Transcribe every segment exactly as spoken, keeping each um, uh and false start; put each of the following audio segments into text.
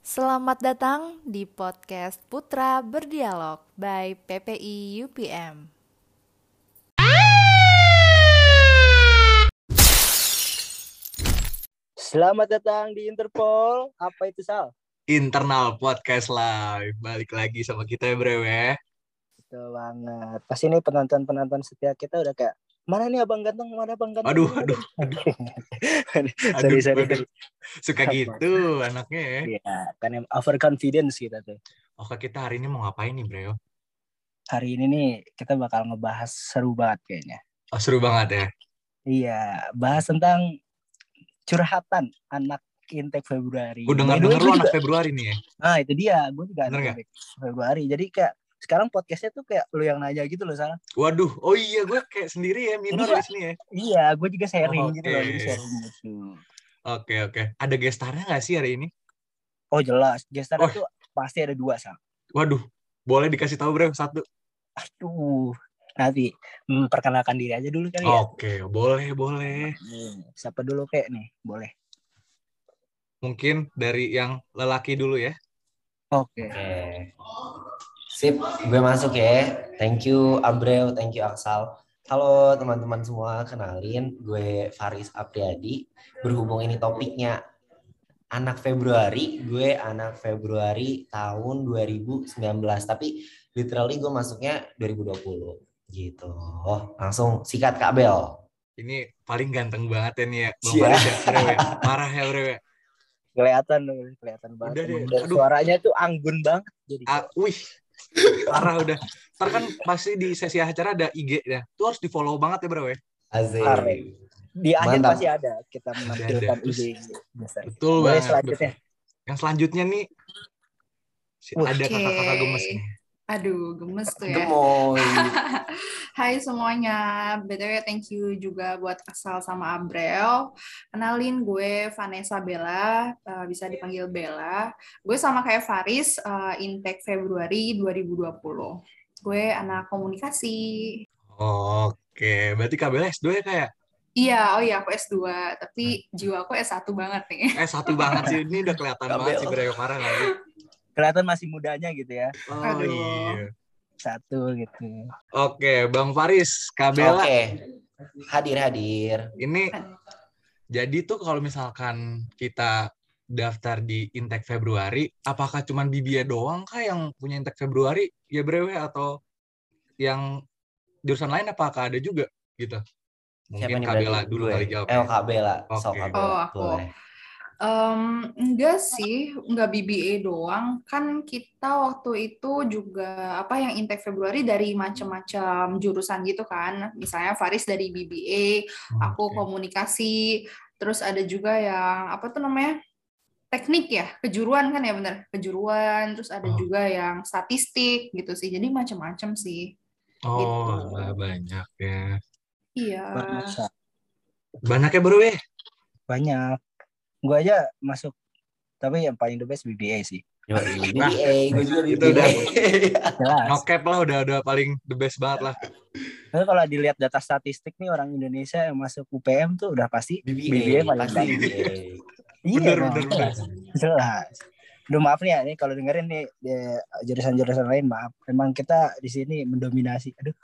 Selamat datang di podcast Putra Berdialog by P P I U P M. Selamat datang di Interpol. Apa itu, Sal? Internal Podcast Live. Balik lagi sama kita ya, Bro ya. Betul banget. Pasti ini penonton-penonton setia kita udah kayak, mana nih abang ganteng, mana abang ganteng. Aduh, aduh, aduh. sorry, sorry. Aduh. Suka gitu anaknya ya. Iya, kan yang overconfidence kita tuh. Oke, kita hari ini mau ngapain nih, Bro? Hari ini nih kita bakal ngebahas seru banget kayaknya. Oh, seru banget ya. Iya, bahas tentang curhatan anak Intek Februari. Gue dengar-dengar lu anak Februari nih ya. Nah, itu dia. Gue juga Bener anak Intek Februari. Jadi kayak sekarang podcastnya tuh kayak lu yang nanya gitu loh, Sal. Waduh, oh iya gue kayak sendiri ya, minor Iya. di sini ya. Iya, gue juga sharing Oh, gitu oke. loh, jadi sharing gitu. Oke, oke. Ada gestarnya nggak sih hari ini? Oh jelas, gestar Oh. itu pasti ada dua, Sal. Waduh, boleh dikasih tahu, Bro, satu. Aduh, nanti hmm, perkenalkan diri aja dulu kali ya. Oke, boleh, boleh. Hmm, siapa dulu kayak nih, boleh. Mungkin dari yang lelaki dulu ya. Oke. Oke. Sip, gue masuk ya. Thank you Abreu, thank you Aksal. Halo teman-teman semua, kenalin gue Faris Apriyadi. Berhubung ini topiknya anak Februari, gue anak Februari tahun dua ribu sembilan belas. Tapi literally gue masuknya dua ribu dua puluh gitu. Oh, langsung sikat Kak Bel. Ini paling ganteng banget ya nih ya, Bang Cia. Faris ya, Bro ya. Parah ya, Bro ya. Kelihatan dong, kelihatan banget. Udah deh, Dan aduh. suaranya tuh anggun banget. Jadi Ah, wih, parah udah. Ntar kan pasti di sesi acara ada I G ya. Tuh harus di follow banget ya, Bro ya. Asik. Keren. Di akhir Mantap. pasti ada kita menampilkan Terus, ide. betul Boleh banget. selanjutnya. Betul. Yang selanjutnya nih si- Wah. ada Oke. kakak-kakak gemes nih. Aduh, gemes tuh ya. Gemoy. Hai semuanya, B T W thank you juga buat Asal sama Abrel. Kenalin gue Vanessa Bella, uh, bisa dipanggil Bella. Gue sama kayak Faris, uh, Intek Februari dua ribu dua puluh. Gue anak komunikasi. Oke, berarti K B L S dua ya kayak? Iya, oh iya aku S dua, tapi jiwa aku S satu banget nih. Eh, satu banget sih. Ini udah kelihatan K B L. banget sih, Bro. Parah nggak sih? Kelihatan masih mudanya gitu ya. Oh Aduh. iya. Satu gitu. Oke, Bang Faris, K B L. Oke. Hadir-hadir. Ini jadi tuh kalau misalkan kita daftar di Intek Februari, apakah cuma Bibia doang kah yang punya Intek Februari ya Brewe, atau yang jurusan lain apakah ada juga gitu? Mungkin Siapa nih Kak Bella berarti? dulu Gue. kali jawab. Eh, oh, Kak Bella. So, Oke. Kak Bella. Oh, aku. Boleh. Um, enggak sih, enggak B B A doang. Kan kita waktu itu juga apa yang Intek Februari dari macam-macam jurusan gitu kan. Misalnya Faris dari B B A, aku Oke. komunikasi, terus ada juga yang apa tuh namanya? Teknik ya, kejuruan kan ya benar, kejuruan, terus ada Oh. juga yang statistik gitu sih. Jadi macam-macam sih. Oh, Gitu. alah, banyak ya. Iya. Banyak. Banyak ya Bro ya? Banyak. Gue aja masuk, tapi yang paling the best B B A sih. Yo, B B A, gue juga B B A. Itu udah. Jelas. No cap lah, udah udah paling the best banget lah. Tapi kalau dilihat data statistik nih, orang Indonesia yang masuk U P M tuh udah pasti B B A, B B A paling pasti banyak. B B A. Iya, Bener, dong, bener, bener. jelas. Jelas. Duh, maaf nih ya, nih kalau dengerin nih ya, jurusan-jurusan lain, maaf. Emang kita di sini mendominasi. Aduh.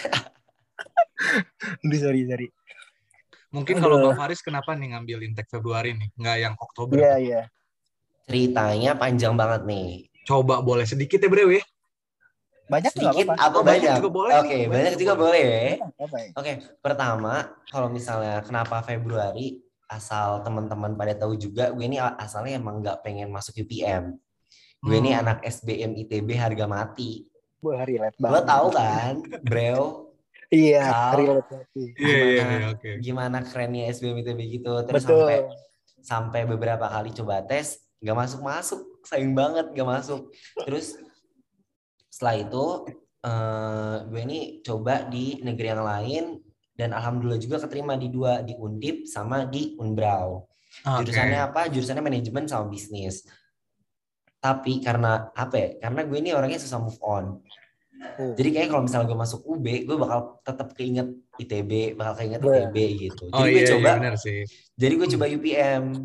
Aduh, sorry, sorry. Mungkin Aduh. kalau Bang Faris kenapa nih ngambil Intek Februari nih, nggak yang Oktober? Iya, iya. Ceritanya panjang banget nih. Coba boleh sedikit ya Bro ya? Banyak tuh nggak Sedikit apa-apa. apa Oh, banyak banyak? juga boleh Oke, nih, banyak banyak juga boleh. boleh ya. Apa ya? Oke, pertama kalau misalnya kenapa Februari, asal teman-teman pada tahu juga, gue ini asalnya emang nggak pengen masuk U P M. Gue ini Hmm. anak S B M I T B harga mati. Wah, relate Lo banget. tahu kan, Breo? Iya, Sal. relate banget. Iya, Gimana, iya, iya, oke. gimana kerennya S B M I T B gitu. Terus Betul. sampai sampai beberapa kali coba tes, nggak masuk-masuk. Sayang banget nggak masuk. Terus setelah itu, eh, gue ini coba di negeri yang lain, dan alhamdulillah juga keterima di dua, di Undip sama di Unbrau. Oke. Jurusannya apa? Jurusannya manajemen sama bisnis. Tapi karena apa ya? Karena gue ini orangnya susah move on. Oh. Jadi kayaknya kalau misalnya gue masuk U B, gue bakal tetap keinget I T B, bakal keinget Wah. I T B gitu. Oh Jadi iya, gue coba, iya benar sih. jadi gue coba U P M.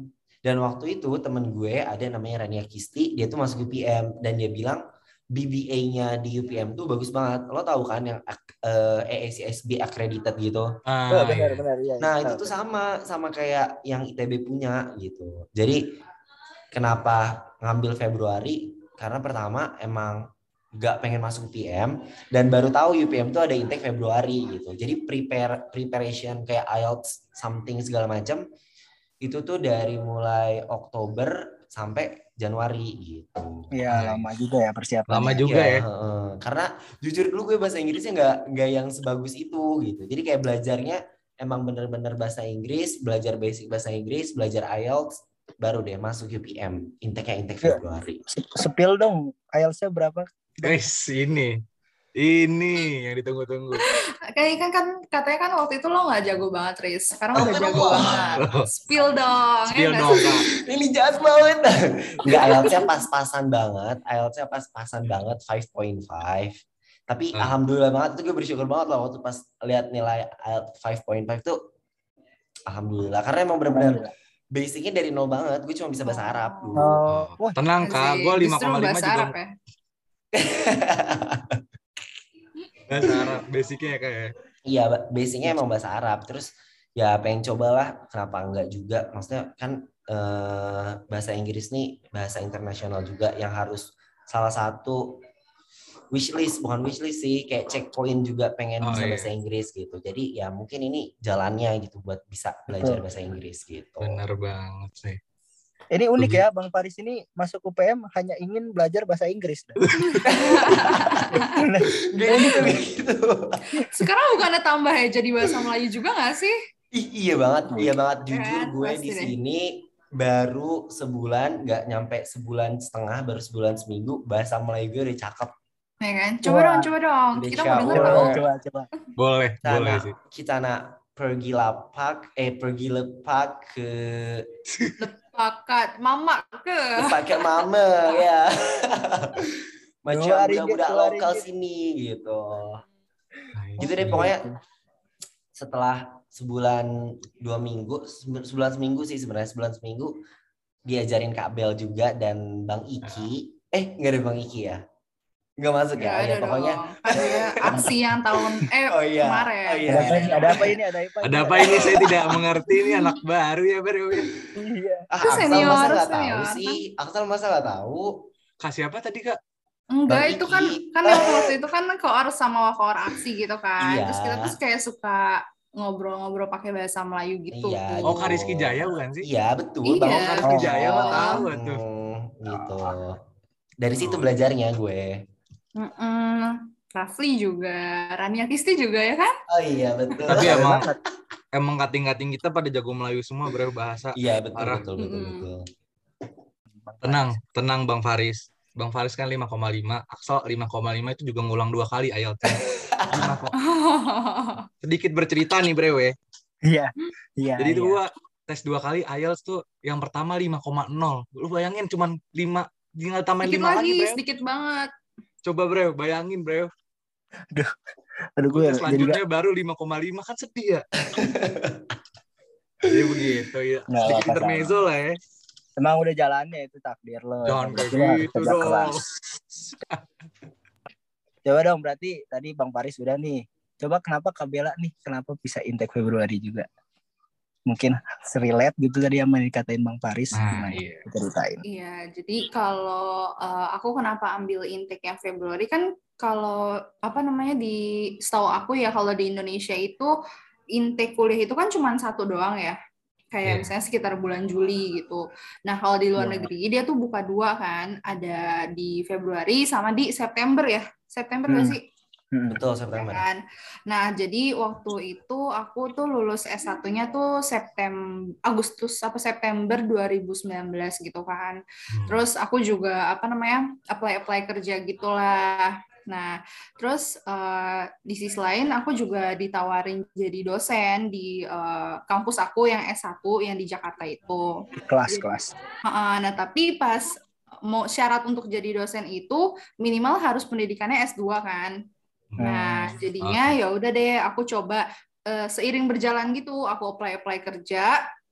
Dan waktu itu temen gue ada namanya Rania Kisti, dia tuh masuk U P M dan dia bilang B B A-nya di U P M tuh bagus banget. Lo tahu kan yang uh, A A C S B accredited gitu. Oh, Ah, benar iya. benar iya. Nah, iya. itu tuh sama sama kayak yang I T B punya gitu. Jadi kenapa ngambil Februari? Karena pertama emang gak pengen masuk U P M dan baru tahu U P M tuh ada intake Februari gitu. Jadi prepare preparation kayak I E L T S something segala macam itu tuh dari mulai Oktober sampai Januari gitu. Iya, Oh, lama juga ya persiapannya. Lama juga Iya, ya. heeh. Karena jujur dulu gue bahasa Inggrisnya nggak nggak yang sebagus itu gitu. Jadi kayak belajarnya emang bener-bener bahasa Inggris, belajar basic bahasa Inggris, belajar I E L T S, baru deh masuk U P M. Intake-nya intake Iya. Februari. Sepil dong, I E L T S-nya berapa? Guys, ini. Ini yang ditunggu-tunggu. Kayak kan kan katanya kan waktu itu lo nggak jago banget, Riz. Sekarang udah jago Wah. banget. Spill dong. Spill ya nggak dong, sih? Kak. Ini jahat banget. Nggak, I E L T S-nya pas-pasan banget. I E L T S-nya pas-pasan banget, lima koma lima. Tapi Ah. alhamdulillah banget, itu gue bersyukur banget lah waktu pas lihat nilai I E L T S lima koma lima tuh. Alhamdulillah. Karena emang benar-benar basicnya dari nol banget. Gue cuma bisa bahasa Arab dulu. Oh, wah, Tenang, Kak. Gue lima Justru koma lima bahasa juga. Arab ya. Bahasa Arab, basicnya ya, Kak ya. Iya, basicnya emang bahasa Arab. Terus ya pengen cobalah, kenapa enggak juga. Maksudnya kan eh, bahasa Inggris nih bahasa internasional juga yang harus salah satu wishlist, bukan wishlist sih, kayak checkpoint juga pengen Oh, bisa iya. bahasa Inggris gitu. Jadi ya mungkin ini jalannya gitu buat bisa belajar Betul. bahasa Inggris gitu. Bener banget sih. ini unik Begitu. ya, Bang Faris ini masuk U P M hanya ingin belajar bahasa Inggris. Gak gitu, gak gitu. Sekarang bukannya tambah ya jadi bahasa Melayu juga nggak sih? Ih, iya banget, iya banget. Jujur Kan, gue pasti di deh. sini baru sebulan, nggak nyampe sebulan setengah, baru sebulan seminggu bahasa Melayu gue udah cakep. Ya kan? Coba Wah. dong, coba dong. Udah Kita mau denger coba. tahu. Coba, coba, coba. Boleh, Kita boleh nak, sih. kita nak pergi lapak, eh pergi lepak ke Pakat mama ke. pakai mama ya. Macam Dua ringgit, budak-budak dua lokal ringgit. sini gitu. Nah, Gitu deh ini. pokoknya. Setelah sebulan dua minggu, sebulan seminggu sih sebenarnya, sebulan seminggu diajarin Kak Bel juga dan Bang Iki. Eh nggak ada Bang Iki ya? Nggak masuk ya? Nggak Oh ya ada pokoknya. dong. Kan dia aksi yang tahun eh Oh iya. kemarin. Oh iya. Ada apa, ada apa ini? Ada apa? Ada apa ini? Saya tidak mengerti. Ini anak baru ya, Bro. Iya. Ah, Itu Aksal senior, masa nggak tahu senior. sih? Aksal masa nggak tahu? Kasih apa tadi, Kak? Enggak, Bang itu Iki. kan kan yang waktu itu kan koor sama koor aksi gitu kan. Iya. Terus kita tuh kayak suka ngobrol-ngobrol pakai bahasa Melayu gitu. Iya. Oh, gitu. Kak Rizky Jaya bukan sih? Iya betul. Iya. Bang Oh, Kak Rizky Oh. Jaya mah tahu tuh. Hmm, gitu. Dari situ Oh. belajarnya gue. Mm-mm. Rafli juga, Rania Kisti juga ya kan? Oh iya betul. Tapi Keren emang banget. emang kating-kating kita pada jago Melayu semua, Bro, bahasa. Iya betul Parah. betul betul Mm-mm. betul. Tenang, tenang Bang Faris. Bang Faris kan lima koma lima, Aksal lima koma lima itu juga ngulang dua kali I E L T S. Lima kok. Sedikit bercerita nih, Bro. ya. Iya. Iya. Jadi itu iya. gua tes dua kali I E L T S tuh yang pertama lima koma nol. Lu bayangin cuman lima, tinggal tambahin Sedikit lima lagi, lagi, Bro. sedikit banget. Coba, Bro, bayangin, Bro. Aduh gue Gue tes jadi selanjutnya baru lima koma lima, kan sedih ya. Jadi begitu ya. Nggak Sedikit apa-apa, intermezzo lah ya. emang udah jalannya itu takdir lo. Jangan Emang kayak berarti lo harus gitu kerja dong. keras. Coba dong, berarti tadi Bang Faris udah nih. Coba kenapa Kak Bella nih, kenapa bisa intake Februari juga? Mungkin relate gitu tadi yang dikatain Bang Faris. Nah, Gimana? iya. Ceritain. Iya, jadi kalau uh, aku kenapa ambil intake yang Februari kan kalau apa namanya di setahu aku ya kalau di Indonesia itu intake kuliah itu kan cuma satu doang ya. Kayak Iya. misalnya sekitar bulan Juli gitu. Nah, kalau di luar Iya. negeri dia tuh buka dua kan, ada di Februari sama di September ya. September nggak Hmm. sih? Hmm. Betul September. Kan. Nah, jadi waktu itu aku tuh lulus S satu-nya tuh September Agustus apa September dua ribu sembilan belas gitu kan. Hmm. Terus aku juga apa namanya? apply-apply kerja gitulah. Nah, terus uh, di sisi lain aku juga ditawarin jadi dosen di uh, kampus aku yang S satu yang di Jakarta itu. Kelas-kelas. Uh, nah, tapi pas mau syarat untuk jadi dosen itu minimal harus pendidikannya S dua kan. Nah, Hmm, jadinya oke. ya udah deh aku coba uh, seiring berjalan gitu, aku apply-apply kerja.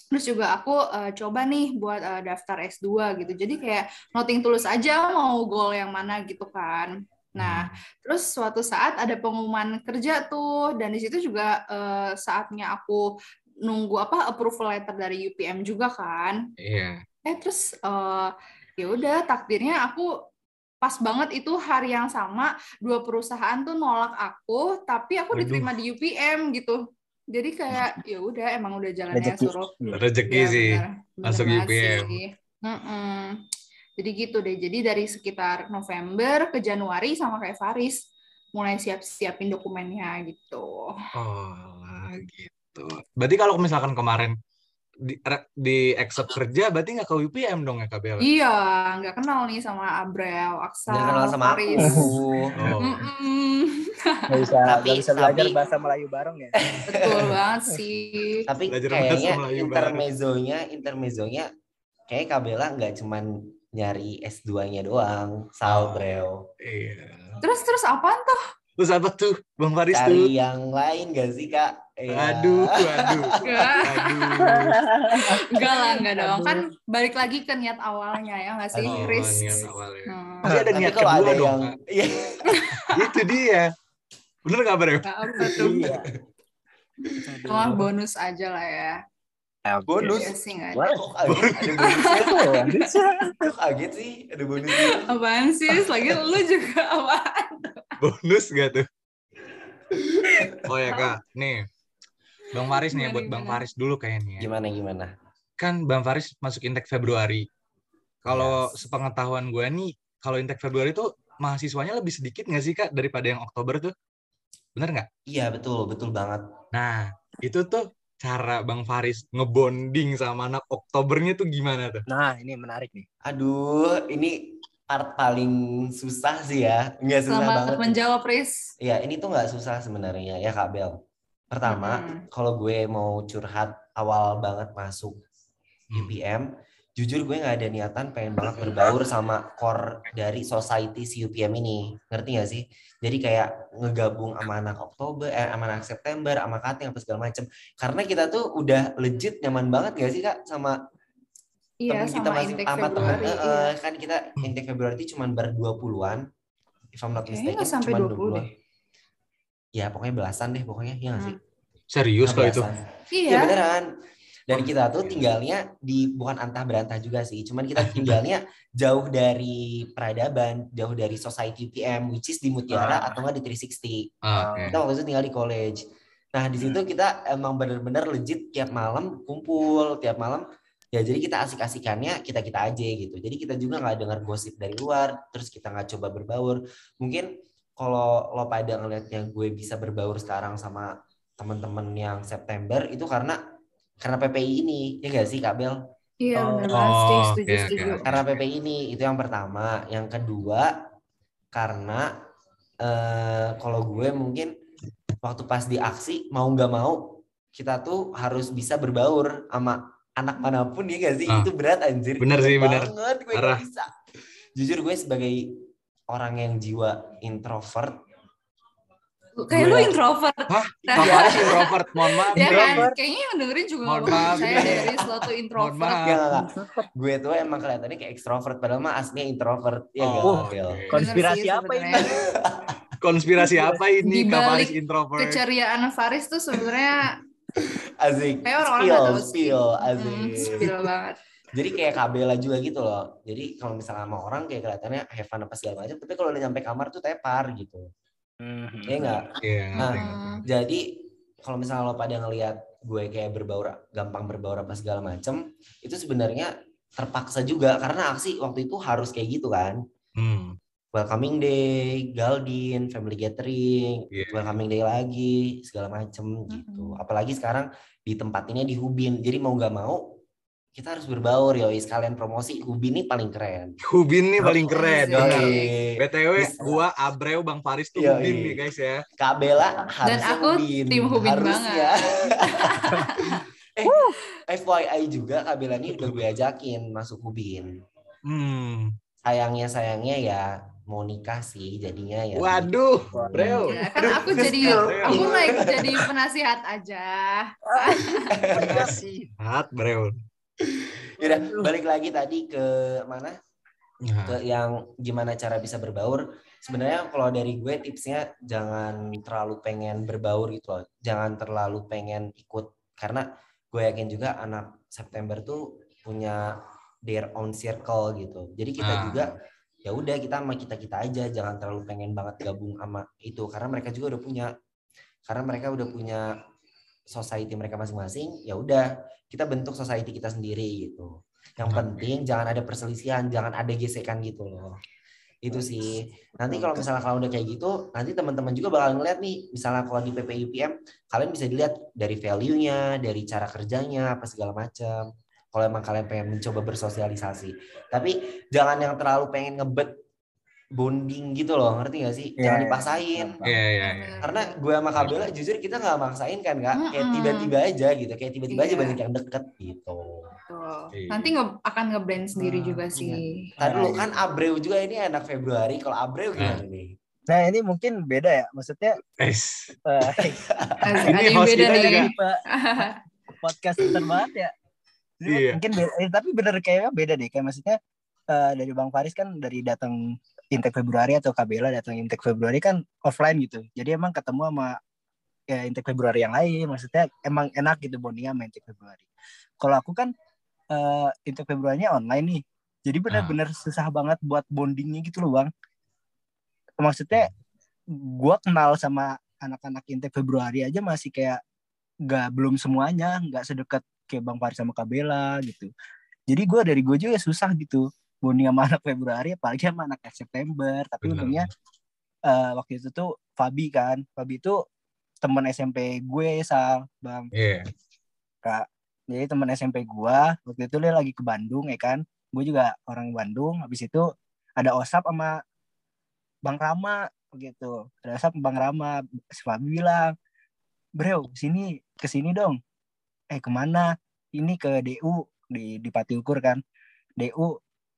Terus juga aku uh, coba nih buat uh, daftar S dua gitu. Jadi kayak nothing tulus aja mau goal yang mana gitu kan. Nah, terus suatu saat ada pengumuman kerja tuh, dan di situ juga uh, saatnya aku nunggu apa approval letter dari U P M juga kan. Iya. Eh terus uh, ya udah takdirnya aku pas banget itu hari yang sama dua perusahaan tuh nolak aku, tapi aku Waduh. diterima di U P M gitu. Jadi kayak ya udah emang udah jalannya Rezeki. suruh. Rezeki Iya sih. benar, benar Masuk banget U P M. sih. Mm-mm. Jadi gitu deh. Jadi dari sekitar November ke Januari sama kayak Faris mulai siap-siapin dokumennya gitu. Oh, gitu. Berarti kalau misalkan kemarin di, di accept kerja, berarti nggak ke U P M dong ya, Kak Bella? Iya, nggak kenal nih sama Abrel, Aksal, Nggak kenal sama aku. Faris. Oh. Mm-mm. Nggak bisa, Tapi- nggak bisa belajar tapi- bahasa Melayu bareng ya. Betul banget sih. Tapi Belajar kayaknya bahasa Melayu intermezzonya, intermezzonya kayak Kabela nggak cuman nyari S dua-nya doang, Sal, Oh. Breo. Iya. Terus terus apaan tuh? Terus apa tuh, Bang Faris tuh? Cari yang lain gak sih, Kak? Iya. Aduh, aduh, Enggak, aduh. enggak lah, enggak dong. Kan balik lagi ke niat awalnya ya nggak sih, Oh, Riz? niat awalnya. Hmm. Pasti ada Tapi niat kalau kedua ada dong, yang Kak. iya, Itu dia. Bener nggak, Bre? Nggak apa tuh. Iya. Cuma bonus aja lah ya. bonus. Iya sih nggak ada. What? Kok kaget ada bonusnya? Oh, Kok kaget sih ada bonusnya? Apaan sih? Lagi lu juga apaan? Bonus gak tuh? Oh ya, Kak. Nih, Bang Faris nih, Gimana, buat Bang gimana? Faris dulu kayaknya. Gimana gimana? Kan Bang Faris masuk Intek Februari. Kalau Yes. sepengetahuan gue nih, kalau Intek Februari tuh mahasiswanya lebih sedikit nggak sih, Kak, daripada yang Oktober tuh? Bener nggak? Iya betul betul banget. Nah, itu tuh cara Bang Faris ngebonding sama anak Oktobernya tuh gimana tuh? Nah, ini menarik nih. Aduh, ini part paling susah sih ya. Nggak susah Selamat banget. menjawab, Riz. Iya, ini tuh nggak susah sebenarnya ya Kak Bel. Pertama, Mm-mm. kalau gue mau curhat awal banget masuk U P M, jujur gue nggak ada niatan pengen banget berbaur sama core dari society si U P M ini. Ngerti nggak sih? Jadi kayak ngegabung sama anak Oktober, eh, sama anak September, sama Kating, apa segala macem. Karena kita tuh udah legit nyaman banget nggak sih Kak sama Iya, temen kita sama masih intake sama temen. Februari. Eh, Iya. eh, kan kita intake Februari itu cuma berdua puluhan. If I'm not Kayaknya mistaken, nggak sampai cuma dua puluh deh. Ya pokoknya belasan deh pokoknya, ya nggak sih? Serius kalau itu? Belasan. Iya. Iya beneran. Dan kita tuh tinggalnya di bukan antah berantah juga sih. Cuman kita tinggalnya jauh dari peradaban, jauh dari society U P M, which is di Mutiara Ah. atau nggak di tiga ratus enam puluh. Ah, Oke. Kita waktu itu tinggal di college. Nah di situ kita emang bener-bener legit tiap malam kumpul, tiap malam. Ya jadi kita asik-asikannya kita-kita aja gitu. Jadi kita juga nggak dengar gosip dari luar, terus kita nggak coba berbaur. Mungkin kalau lo pada ngelihatnya gue bisa berbaur sekarang sama teman-teman yang September itu karena karena P P I ini, ya nggak sih Kak Bel? Iya, Oh. benar banget sih. Oh, Setuju, oke, setuju. oke. Karena P P I ini itu yang pertama. Yang kedua karena eh, kalau gue mungkin waktu pas di aksi mau nggak mau kita tuh harus bisa berbaur sama anak manapun ya nggak sih? Ah. Itu berat anjir. Bener sih, bener. Banget gue nggak Parah. bisa. Jujur gue sebagai orang yang jiwa introvert. Kayak Gue- lu introvert. Hah? Nah, Bang Faris introvert, mohon maaf. ya nih. kan? Kayaknya yang dengerin juga Mohon nggak bakal maaf percaya nih. deh, Riz, lo tuh Mohon introvert. maaf. Ya, nggak, nggak. Gue tuh emang kelihatannya kayak ekstrovert padahal mah aslinya introvert ya Oh, nggak, oke. Bel? Konspirasi Bener sih apa ini? sebenarnya. Konspirasi apa ini, Di Kak balik Faris introvert? Keceriaan Faris tuh sebenarnya Asik. kayak orang-orang Spill, nggak tahu sih. spill, Hmm, asik. spill banget. Jadi kayak Kabela juga gitu loh. Jadi kalau misalnya sama orang kayak kelihatannya have fun apa segala macam, tapi kalau udah nyampe kamar tuh tepar gitu. Mhm. Iya nggak? Iya, Nah, ngerti, ngerti. Hmm. Jadi kalau misalnya lo pada ngelihat gue kayak berbaur, gampang berbaur apa segala macam, itu sebenarnya terpaksa juga karena aksi waktu itu harus kayak gitu kan. Hmm. Welcoming day, Galdin, family gathering, Iya. welcoming day lagi, segala macem gitu. Apalagi sekarang di tempatnya di Hubin, jadi mau nggak mau kita harus berbaur yoi. Sekalian promosi Hubin ini paling keren. Hubin nih paling keren. Yoi. Benar. Yoi. B T W, Bisa. gua Abreu, Bang Faris tuh Yoi. Hubin nih guys ya. Kak Bella harusnya aku Hubin. tim Hubin harusnya. eh, F Y I juga Kak Bella ini udah gue ajakin masuk Hubin. Hmm. Sayangnya sayangnya ya mau nikah sih jadinya ya. Waduh, bro. Ya, kan aku jadi aku naik jadi penasihat aja. Penasihat, bro. Yaudah, balik lagi tadi ke mana? Nah, Ke yang gimana cara bisa berbaur. Sebenarnya kalau dari gue tipsnya jangan terlalu pengen berbaur gitu loh. Jangan terlalu pengen ikut karena gue yakin juga anak September tuh punya their own circle gitu. Jadi kita Ah. juga ya udah kita sama kita-kita aja, jangan terlalu pengen banget gabung sama itu karena mereka juga udah punya karena mereka udah punya society mereka masing-masing. Ya udah, kita bentuk society kita sendiri gitu. Yang penting jangan ada perselisihan, jangan ada gesekan gitu loh. Itu sih. Nanti kalau misalnya kalau udah kayak gitu, nanti teman-teman juga bakal ngeliat nih, misalnya kalau di P P U P M, kalian bisa dilihat dari value-nya, dari cara kerjanya, apa segala macam. Kalau emang kalian pengen mencoba bersosialisasi. Tapi jangan yang terlalu pengen ngebet bonding gitu loh, ngerti gak sih? Iya, Jangan iya. dipaksain. Iya, iya, iya. Karena gue sama Kak Bella jujur kita gak maksain kan Kak. Kayak Mm-mm. tiba-tiba aja gitu. Kayak tiba-tiba aja Iya. banyak yang deket gitu. Tuh. Iya. Nanti nge- akan nge-blend sendiri juga Iya. sih. Tadi dulu kan Abreu juga ini anak Februari. Kalau Abreu gimana nih? Nah ini mungkin beda ya, maksudnya Es. eh, Asik, Ini ada yang host beda kita nih. juga. Pak, podcast pinter banget ya. Jadi Iya. mungkin beda, eh, tapi bener kayaknya beda deh. Kayak maksudnya eh, dari Bang Faris kan dari datang Intake Februari atau Kabela datang Intake Februari kan offline gitu. Jadi emang ketemu sama ya, Intake Februari yang lain. Maksudnya emang enak gitu bondingnya sama Intake Februari. Kalau aku kan uh, Intake Februarinya online nih. Jadi benar-benar susah banget buat bondingnya gitu loh Bang. Maksudnya gue kenal sama anak-anak Intake Februari aja masih kayak gak, belum semuanya gak sedekat kayak Bang Faris sama Kabela gitu. Jadi gue dari gue juga susah gitu bonding sama anak Februari apalagi sama anak September. Tapi Benar. untungnya uh, waktu itu tuh Fabi kan. Fabi itu teman S M P gue Sal Bang. Iya. Kak. Jadi teman S M P gue waktu itu dia lagi ke Bandung ya kan. Gue juga orang Bandung. Habis itu ada Osap sama Bang Rama gitu. Ada Osap sama Bang Rama. Si Fabi bilang, "Bro, sini kesini dong." Eh kemana? Ini ke D U di di Pati Ukur kan. D U.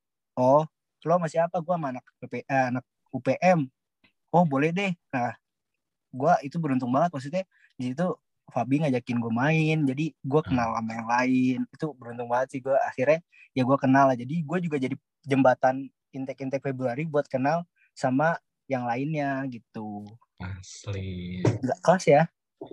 Oh, lo masih apa? Gue sama anak P P, eh, anak U P M. Oh boleh deh. Nah, gue itu beruntung banget maksudnya di situ Fabi ngajakin gue main, jadi gue kenal sama yang lain. Itu beruntung banget sih gue. Akhirnya ya gue kenal lah. Jadi gue juga jadi jembatan Intake-Intake Februari buat kenal sama yang lainnya gitu. Asli. Gila, kelas ya.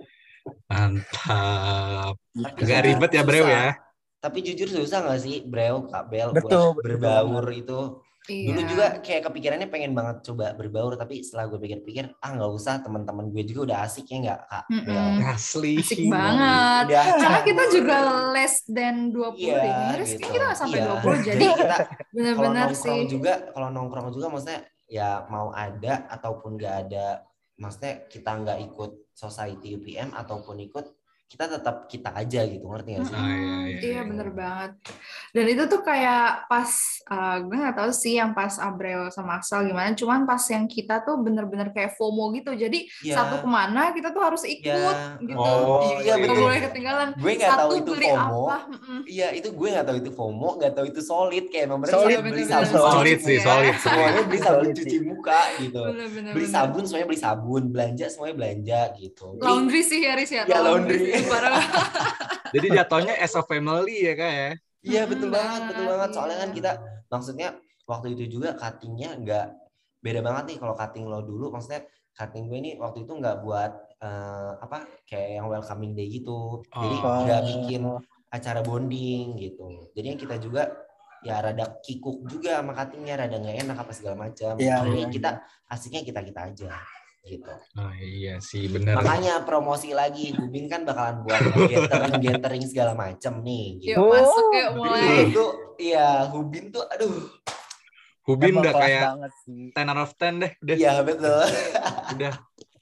Mantap. Tapi Gak jujur ribet ya Breu susah. ya. Tapi jujur susah gak sih Breu, Kak Bel Betul, buat betul berbaur banget. itu? Iya. Dulu juga kayak kepikirannya pengen banget coba berbaur, tapi setelah gue pikir-pikir, ah nggak usah, teman-teman gue juga udah asik ya nggak Kak Bel? Mm-mm. Asli. Asik banget. Udah Karena kita campur. juga less than dua puluh Iya, deh. Bener sih, gitu. kita nggak sampai Iya. dua puluh. Jadi kita kalau bener-bener nongkrong sih. juga, kalau nongkrong juga maksudnya ya mau ada ataupun nggak ada, maksudnya kita nggak ikut society U P M ataupun ikut, kita tetap kita aja gitu, ngerti nggak sih? Ah, iya, iya, Iya iya. bener banget. Dan itu tuh kayak pas uh, gue nggak tahu sih yang pas Abreu sama Axel gimana. Cuman pas yang kita tuh bener-bener kayak FOMO gitu. Jadi Iya. satu kemana kita tuh harus ikut Iya. gitu. Oh, iya, Nggak betul. boleh ketinggalan. Gue nggak tahu Satu itu beli FOMO. apa. Mm-mm. Iya, itu gue nggak tahu itu FOMO, nggak tahu itu solid, kayak emang bener Solid, beli bener-bener sabun, Solid cuci sih, muka. solid sih. Semuanya beli sabun Solid cuci sih. muka gitu. Bener-bener. Beli sabun semuanya beli sabun, belanja semuanya belanja gitu. Jadi, Laundry sih Haris ya. Iya, laundry. laundry. Sih, parah. Jadi jatuhnya as a family ya Kak ya. iya Mm-mm, betul banget, betul banget, banget. Soalnya iya. kan kita, maksudnya waktu itu juga cuttingnya nggak beda banget nih kalau cutting lo dulu. Maksudnya cutting gue ini waktu itu nggak buat eh, apa kayak yang welcoming day gitu. Jadi Oh. nggak bikin acara bonding gitu. Jadi yang kita juga ya rada kikuk juga sama cuttingnya, rada nggak enak apa segala macam. Iya, Jadi iya, kita asiknya kita kita aja gitu. Ah iya sih bener. Makanya promosi lagi, Hubin kan bakalan buat gathering gathering segala macam nih. Gitu. Yuk masuk yuk mulai. Betul. Itu iya Hubin tuh aduh. Hubin Emang udah kelas kayak banget sih. ten out of ten deh. Udah, Iya betul. udah.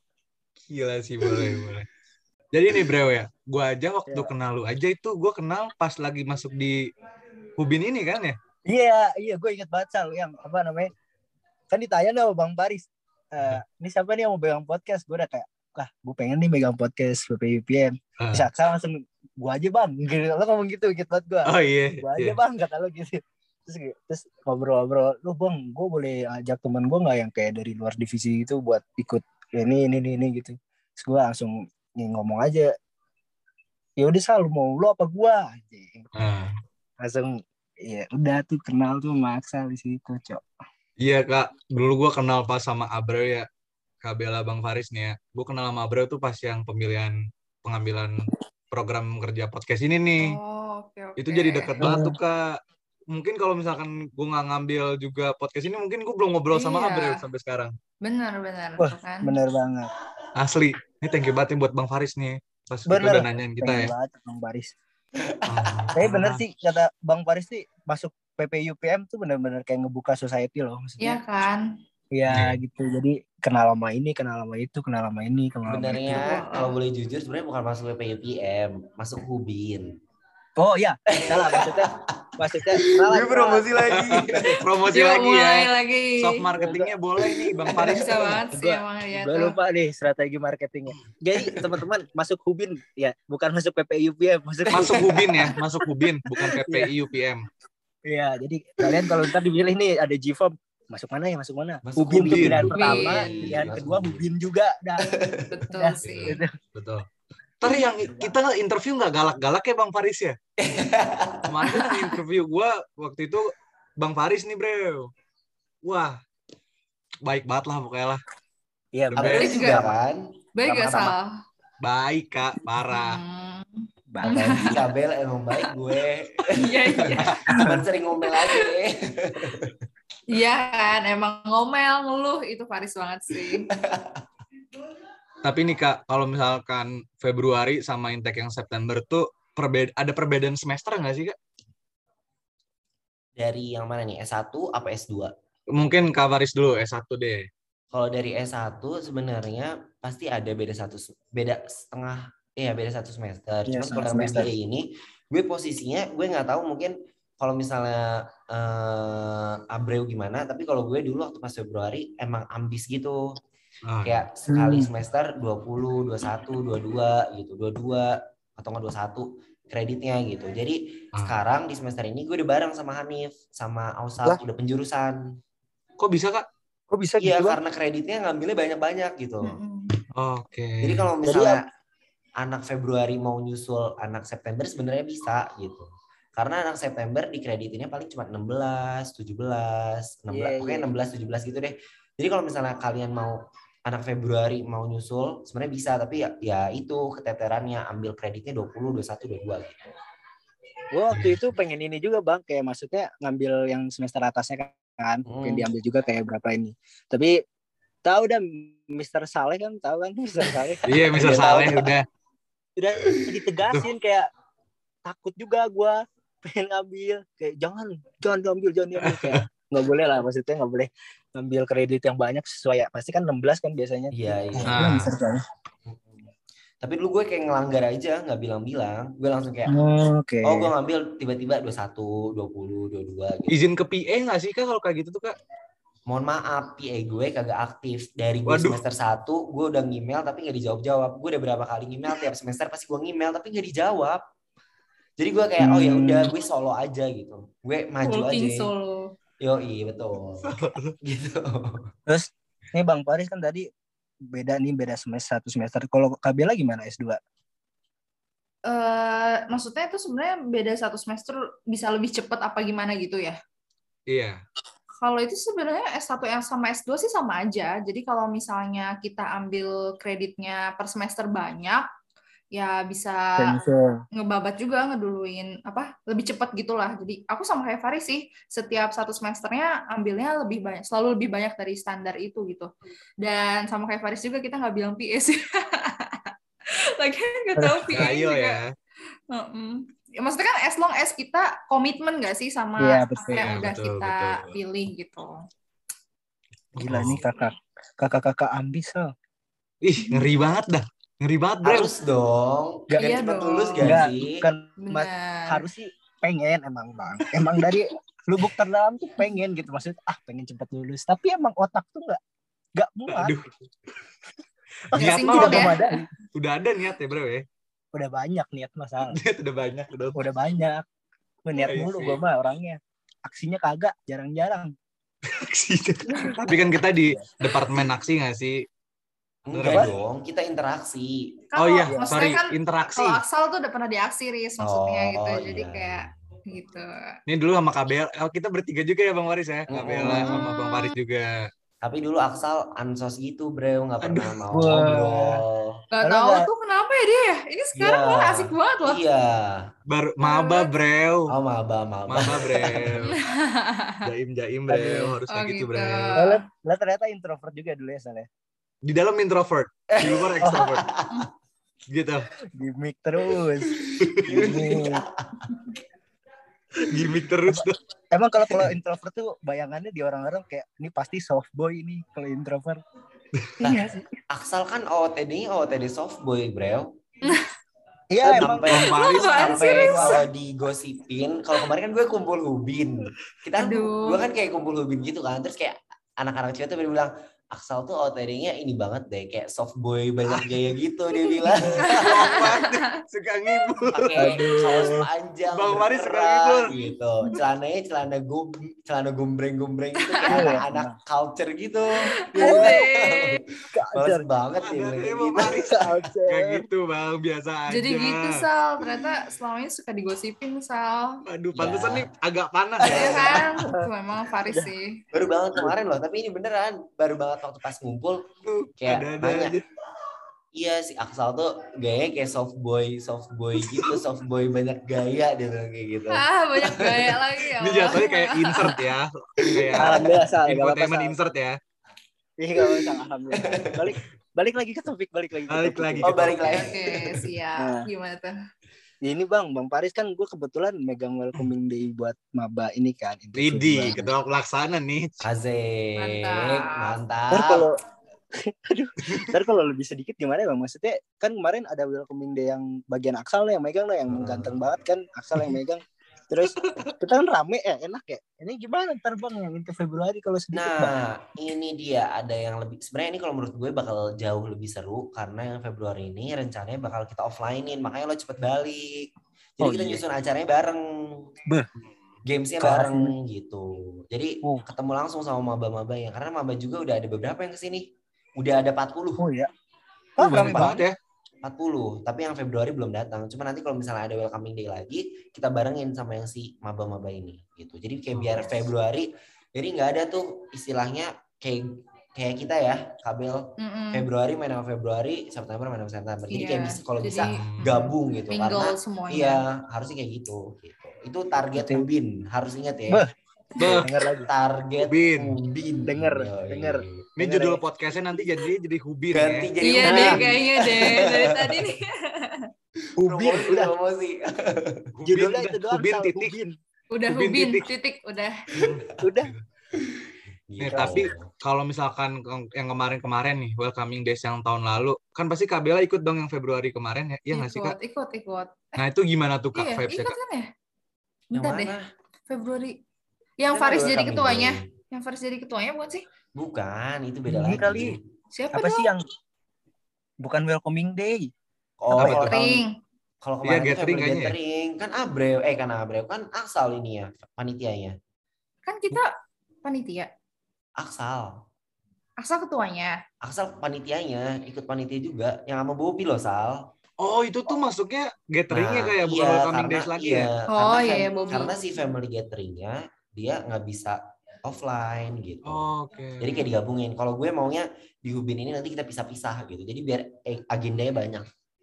Gila sih boleh boleh. Jadi nih Breu ya, gue aja waktu Ya. kenal lu aja itu gue kenal pas lagi masuk di Hubin ini kan ya. Iya, iya gue inget banget Sal yang apa namanya? Kan ditanya sama Bang Paris. Uh, ini siapa nih yang mau pegang podcast? Gue udah kayak, lah gue pengen nih megang podcast P P U P M. Uh. Bisa Axel langsung, gue aja bang. Lo ngomong gitu, gitu banget gue. Oh iya. Gue aja iya. bang, kata lo gitu. terus, terus ngobrol-ngobrol, lu bang, gue boleh ajak temen gue nggak yang kayak dari luar divisi itu buat ikut ini ini ini, ini gitu. Terus gue langsung nih, ngomong aja, ya udah Sal, mau lu apa gue? Ah. Langsung ya udah tuh kenal tuh maksa di situ, Cok. Iya kak, dulu gue kenal pas sama Abreu ya, Kak Bella, Bang Faris nih ya. Gue kenal sama Abreu tuh pas yang pemilihan pengambilan program kerja podcast ini nih. Oh, oke oke. Itu jadi deket banget tuh kak. Mungkin kalau misalkan gue nggak ngambil juga podcast ini, mungkin gue belum ngobrol sama Iya. Abreu sampai sekarang. Benar benar Wah, tuh kan. bener banget. Asli. Ini thank you banget nih buat Bang Faris nih. Pas kita Bener. udah nanyain kita Pengen ya. banget Bang Faris. Oh, Tapi bener sih kata Bang Faris sih, masuk P P U P M tuh bener-bener kayak ngebuka society loh. Iya Maksudnya kan. ya Iya. gitu. Jadi kenal sama ini, kenal sama itu, kenal sama ini, kenal sama itu. Sebenarnya Betul. kalau boleh jujur sebenarnya bukan masuk P P U P M, masuk Hubin. Oh iya, salah maksudnya. Maksudnya salah. Gue promosi lagi. Promosi Yuk, lagi mulai ya. lagi. Soft marketingnya boleh nih Bang Faris. Bisa banget sih Gua- emang dia Gue tuh. lupa nih strategi marketingnya. Jadi teman-teman masuk Hubin ya, bukan masuk P P U P M, masuk Masuk Hubin ya, masuk Hubin, bukan P P I U P M. Iya, jadi kalian kalau ntar dipilih nih ada G-Form, masuk mana ya, masuk mana? Masuk Hubin tuh Hubin. pilihan Hubin. pertama, pilihan Masuk kedua Hubin. Hubin juga. Dah. Betul Dah, sih. gitu. Betul. Ntar yang kita interview nggak galak-galak ya Bang Faris ya? Kemarin kan yang interview gue waktu itu Bang Faris nih bro. Wah, baik banget lah pokoknya lah. Iya, The bener. Abreu best. juga kan? Baik gak Sama-sama. salah. Baik kak, parah. Hmm. Bahkan Kabel emang baik gue. Iya iya. Cuman sering ngomel aja. Iya kan, emang ngomel ngeluh itu Faris banget sih. Tapi nih kak, kalau misalkan Februari sama intake yang September tuh perbeda ada perbedaan semester nggak sih kak? Dari yang mana nih? S satu apa S dua? Mungkin Kak Faris dulu S satu deh. Kalau dari S satu sebenarnya pasti ada beda satu beda setengah Iya beda satu semester. Iya, Cuma kalau setengah yang semester. B B A ini, gue posisinya gue nggak tahu mungkin kalau misalnya eh, Abreu gimana. Tapi kalau gue dulu waktu pas Februari emang ambis gitu. Ah, Kayak sekali Hmm. semester dua puluh, dua puluh satu, dua puluh dua gitu, dua puluh dua atau nggak dua puluh satu kreditnya gitu. Jadi Ah. sekarang di semester ini gue udah bareng sama Hanif, sama Ausap, Lah. udah penjurusan. kok bisa kak? kok bisa Iya gitu Bang? karena kreditnya ngambilnya banyak-banyak gitu. Mm-mm. Oke. Jadi kalau Jadi misalnya anak Februari mau nyusul anak September sebenarnya bisa gitu. Karena anak September dikreditinnya paling cuma enam belas, tujuh belas, enam belas, Iya, pokoknya iya. enam belas, tujuh belas gitu deh. Jadi kalau misalnya kalian mau anak Februari mau nyusul sebenarnya bisa, tapi ya, ya itu keteterannya ambil kreditnya dua puluh, dua puluh satu, dua puluh dua gitu. Gue waktu itu pengen ini juga Bang, kayak maksudnya ngambil yang semester atasnya kan, pengen Hmm. diambil juga kayak berapa ini. Tapi tahu dah Mister Saleh kan, tahu kan Mister Saleh. Iya, Mister Udah Saleh tahu. udah. Udah ditegasin kayak takut juga gue pengen ngambil, kayak jangan jangan diambil, jangan diambil, kayak nggak boleh lah, maksudnya nggak boleh ngambil kredit yang banyak sesuai ya, pasti kan enam belas kan biasanya. Iya, iya. Nah. Mister Saleh. Tapi dulu gue kayak ngelanggar aja, nggak bilang-bilang. Gue langsung kayak, Oh, Oke. oh gue ngambil tiba-tiba dua puluh satu, dua puluh, dua puluh dua gitu. Izin ke P A nggak sih kak kalau kayak gitu tuh kak? Mohon maaf, P A gue kagak aktif. Dari gue Waduh. semester satu, gue udah ngemail tapi nggak dijawab-jawab. Gue udah berapa kali ngemail, tiap semester pasti gue ngemail tapi nggak dijawab. Jadi gue kayak, oh ya udah, gue solo aja gitu. Gue maju Walking aja. solo. Yoi, betul. Gitu. Terus nih Bang Faris kan tadi beda nih, beda semester satu semester. Kalau Kak Bella gimana S dua? Eh, maksudnya itu sebenarnya beda satu semester bisa lebih cepat apa gimana gitu ya? Iya. Kalau itu sebenarnya S satu yang sama S dua sih sama aja. Jadi kalau misalnya kita ambil kreditnya per semester banyak, ya bisa Semester. ngebabat juga ngeduluin apa lebih cepat gitulah. Jadi aku sama kayak Faris sih, setiap satu semesternya ambilnya lebih banyak, selalu lebih banyak dari standar itu gitu. Dan sama kayak Faris juga kita nggak bilang P A sih. Lagi nggak tahu P A Ayo juga. ya. Mm-mm. Ya, maksudnya kan as long as kita komitmen nggak sih sama Iya, apa betul. yang Iya, udah betul, kita betul. pilih gitu. Gila Oh. nih kakak. Kakak-kakak ambis Sal. Ih, ngeri banget dah. Ngeri banget, bro. Harus dong. Nggak, Biar iya cepat dong. lulus gak Enggak, sih? bukan mas, Benar. harus sih pengen emang Bang. Emang dari lubuk terdalam tuh pengen gitu, maksudnya ah pengen cepat lulus. Tapi emang otak tuh nggak nggak muat. Aduh. Oke, Niat sinkron mah ya. udah, udah ada niat ya, bro ya. udah banyak niat masalah. Niat udah banyak, udah. Udah banyak. Gue niat Iya mulu sih. gue mah orangnya. aksinya kagak, jarang-jarang. Tapi kan kita di departemen aksi nggak sih? Enggak Apa? dong, kita interaksi. Kan Oh kalau- iya, maksudnya sorry, kan interaksi. kalau Aksal tuh udah pernah di aksi, Riz, maksudnya Oh, gitu. Jadi iya. kayak gitu. Ini dulu sama K B L, oh, kita bertiga juga ya Bang Waris ya, K B L Mm-mm. sama Bang Waris juga. Tapi dulu Aksal ansos gitu, bro, nggak pernah mau Wah. ngobrol. Gak Kalau tahu nggak- tuh kenapa ya dia. Ini sekarang Iya. malah asik banget loh. Iya. Baru maba brew, Oh, maba, maba. maba brew, jaim jaim brew, Aduh. harus Oh, kayak gitu gitu. brew. Oh, lo, lo ternyata introvert juga dulu ya, Sal ya? Di dalam introvert, di luar extrovert. Gitu, Gimik terus. Gimik. gimmick terus tuh. Emang kalau kalau introvert tuh bayangannya di orang-orang kayak ini pasti soft boy ini kalau introvert. Iya sih. Aksal kan O O T D-nya O O T D soft boy, bro. Iya emang. Sampai, Bang Faris Apaan sih, sampai Riz? kalau digosipin, kalau kemarin kan gue kumpul Hubin. Kita kan, Aduh. gue kan kayak kumpul Hubin gitu kan. Terus kayak anak-anak cewek tuh bilang, Aksal tuh O O T D-nya ini banget deh, kayak soft boy banyak gaya gitu dia bilang. Bohong banget, suka ngibul. Pakai Aduh. kaos panjang, Bang Faris suka berkerah, ngibul. gitu. Celananya celana gum, celana gombreng-gombreng gitu kayak Iya, anak-anak culture gitu. Dia Asik. bilang, Males Culture. banget dia Ada bilang deh kayak Bang gitu. Faris. Culture. Kayak gitu Bang, biasa aja. Jadi gitu, Sal. Ternyata selama ini suka digosipin, Sal. Aduh, pantesan Ya. nih agak panas Iya ya. kan? Itu memang Faris sih. Baru banget kemarin loh, tapi ini beneran. Baru banget waktu pas ngumpul, Tuh, kayak ada-ada nanya, aja. iya si Aksal tuh gayanya kayak soft boy, soft boy gitu, soft boy banyak gaya dia bilang kayak gitu. Ah, banyak gaya lagi ya. Ini Allah. jatuhnya kayak insert ya. Kayak Alhamdulillah Sal, gak apa-apa infotainment Sal. insert ya. Iya gak apa-apa Sal, alhamdulillah. Balik balik lagi ke topik, balik lagi ke Balik topik. lagi Oh ke balik topik. lagi. Oke, siap. Nah. Gimana tuh? Ya ini Bang, Bang Paris kan gue kebetulan megang welcoming day buat maba ini kan. Intake Widih, Februari. ketua pelaksana nih. Asik, Mantap. mantap. Ntar kalau aduh, ntar kalau lebih sedikit gimana ya Bang? Maksudnya kan kemarin ada welcoming day yang bagian Aksal yang megang lah, yang Hmm. ganteng banget kan, Aksal yang megang. Terus kita kan rame ya, enak ya. Ini gimana ntar Bang yang itu Februari kalau sedikit Bang? Nah, ini dia ada yang lebih. Sebenarnya ini kalau menurut gue bakal jauh lebih seru karena yang Februari ini rencananya bakal kita offline-in, makanya lo cepet balik. Jadi Oh, kita iya. nyusun acaranya bareng. Beh. Gamesnya Kelas bareng ini. gitu. Jadi Oh. ketemu langsung sama maba-maba yang karena maba juga udah ada beberapa yang kesini. Udah ada empat puluh. Oh ya. Oh, Oh, banyak rame banget ya. empat puluh, tapi yang Februari belum datang. Cuma nanti kalau misalnya ada welcoming day lagi, kita barengin sama yang si maba-maba ini gitu. Jadi kayak biar Februari, jadi nggak ada tuh istilahnya kayak kayak kita ya, kabel Mm-mm. Februari main sama Februari, September main sama September. Jadi Iya, kayak bisa kalau jadi, bisa mm, gabung gitu mingle karena semuanya. iya harusnya kayak gitu. gitu. Itu target Betul. Ubin, harus ingat ya. Beh. Beh, Dengar lagi. Target Ubin. Ubin. Denger, Yoi. denger. ini Dengar judul ya. podcastnya nanti jadi jadi Hubin Ganti ya. jadi Iya Ubin. deh, kayaknya deh. Dari tadi nih. Ubin Promosi, udah. promosi. Hubin Judulnya udah. itu doang Hubin Sal, titik. Ubin. Udah Hubin Hubin, titik. titik. Udah. Udah. Nih, Gitu. tapi kalau misalkan yang kemarin-kemarin nih, welcoming days yang tahun lalu, kan pasti Kak Bella ikut dong yang Februari kemarin ya? Iya nggak sih Kak? Ikut, ikut, ikut. Nah itu gimana tuh Kak Iya, vibes-nya ikut Kak? kan ya? Yang Bentar deh. mana? Februari. Yang Kan Faris ada jadi welcoming ketuanya. day. Yang Faris jadi ketuanya bukan sih? Bukan, itu beda Ini lagi. kali. Siapa Apa dong? sih yang bukan welcoming day? Oh, Apa kalau itu? tahun Ring. kalau Iya, kemarin itu gathering family kayaknya ya. gathering kan Abreu, eh kan Abreu kan Aksal ini ya panitianya. Kan kita panitia. Aksal. Asal ketuanya. Aksal panitianya, ikut panitia juga yang sama Bobby loh, Sal. Oh itu tuh masuknya gatheringnya Nah, kayak bukan iya, welcoming karena, days lagi iya, ya? Oh, karena, iya, fam- iya, Bobby. karena si family gatheringnya dia nggak bisa offline gitu. Oke. Jadi kayak digabungin. Kalau gue maunya di Hubin ini nanti kita pisah-pisah gitu. Jadi biar eh, agendanya banyak.